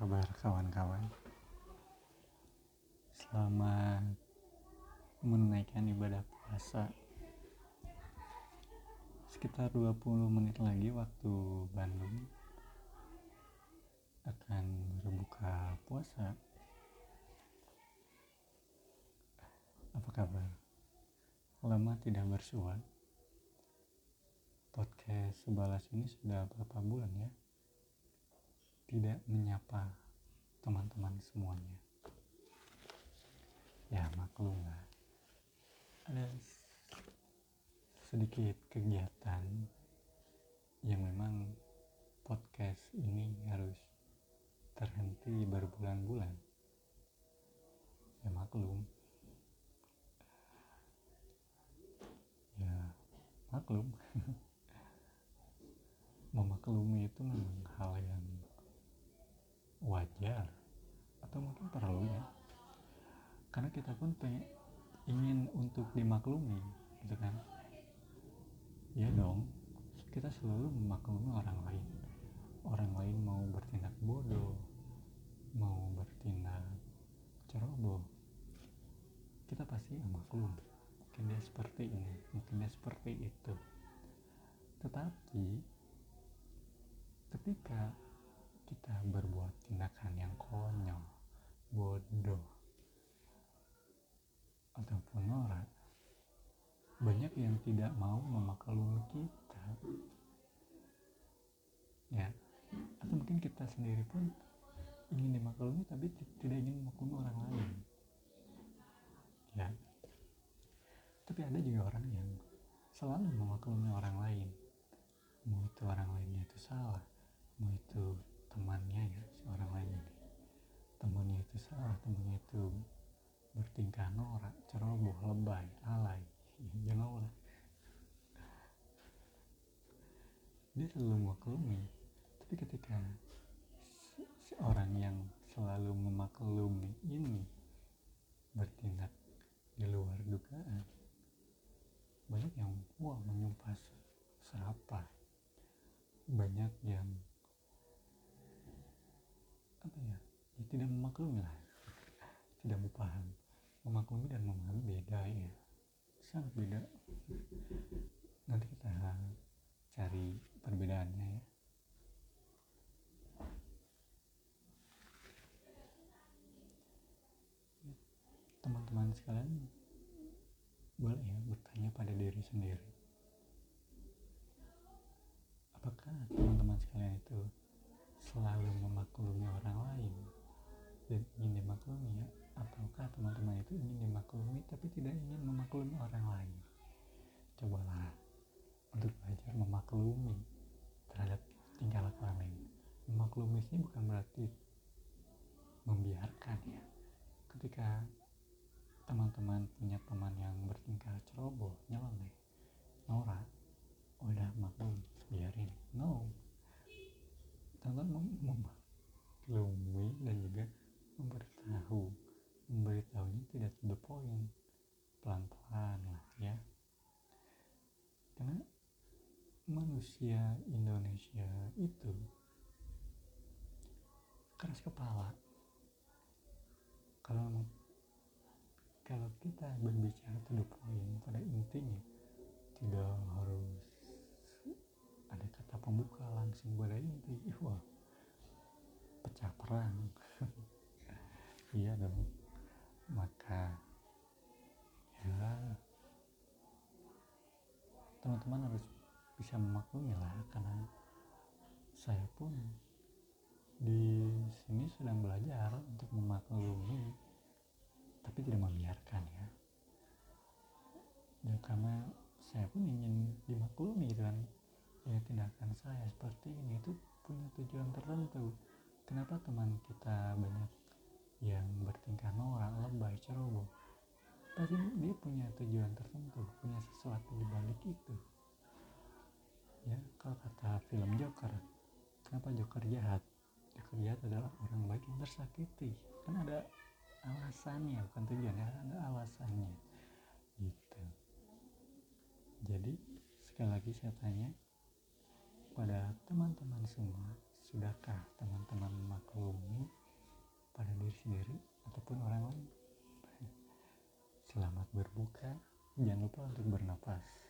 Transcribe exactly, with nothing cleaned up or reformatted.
kabar kawan-kawan? Selamat menunaikan ibadah puasa. Sekitar dua puluh menit lagi waktu Bandung akan berbuka puasa. Apa kabar? Lama tidak bersua. Podcast Sebalas ini sudah berapa bulan ya tidak menyapa teman-teman semuanya. Ya maklum lah, ada sedikit kegiatan yang memang podcast ini harus terhenti berbulan-bulan. Ya maklum. Ya maklum. Memaklumi itu memang hal yang wajar atau mungkin perlu ya. Karena kita pun pengen, ingin untuk dimaklumi, gitu kan? Ya dong, kita selalu memaklumi orang lain. Orang lain mau bertindak bodoh, mau bertindak ceroboh, kita pasti maklum. Mungkin dia seperti ini, mungkin dia seperti itu. Tetapi ketika kita berbuat tindakan yang konyol, bodoh, ataupun norak, banyak yang tidak mau memaklumi kita, ya. Atau mungkin kita sendiri pun ingin dimaklumi tapi t- tidak ingin memaklumi orang lain, ya. Tapi ada juga orang yang selalu memaklumi orang lain, mau itu orang lainnya itu salah, mau itu temannya ya, si orang lain ini temannya itu salah, temannya itu bertingkah norak, ceroboh, lebay, alay, ya mau lah. Dia selalu memaklumi, tapi ketika si, si orang yang selalu memaklumi ini bertindak di luar dugaan, banyak yang wah menyumpah serapah, banyak yang apa ya, ya tidak memaklumi lah, tidak paham. Memaklumi dan memahami beda ya, sangat beda. Nanti kita cari perbedaannya ya. Teman-teman sekalian boleh ya bertanya pada diri sendiri, apakah teman-teman sekalian itu selalu memaklumi orang lain dan ingin dimaklumi ya, ataukah teman-teman itu ingin dimaklumi tapi tidak ingin memaklumi orang lain? Cobalah untuk belajar memaklumi terhadap tingkah laku orang lain. Memaklumi ini bukan berarti membiarkan ya. Ketika teman-teman punya teman yang bertingkah ceroboh, nyeleneh, norak, oh udah maklum, biarin. No, teman-teman memaklumi dan juga memberitahu. Memberitahunya tidak to the point, pelan-pelan lah ya. Karena manusia Indonesia itu keras kepala. Kalau kalau kita berbicara to the point, pada intinya tidak harus ada kata pembuka langsung pada inti. Wah, pecah perang. Iya dong. Maka ya teman-teman harus bisa memaklumi lah, karena saya pun di sini sedang belajar untuk memaklumi tapi tidak membiarkan ya. Ya karena saya pun ingin dimaklumi gitu kan. Ya tindakan saya seperti ini itu punya tujuan tertentu. Kenapa teman kita banyak yang bertingkah norak, lebay, ceroboh? Pasti dia punya tujuan tertentu, punya sesuatu di balik itu. Ya, kalau kata film Joker, kenapa Joker jahat? Joker jahat adalah orang baik yang tersakiti. Kan ada alasannya, bukan tujuan ya, ada alasannya. Gitu. Jadi sekali lagi saya tanya pada teman-teman semua, sudahkah teman-teman memaklumi diri sendiri ataupun orang lain. Selamat berbuka, jangan lupa untuk bernapas.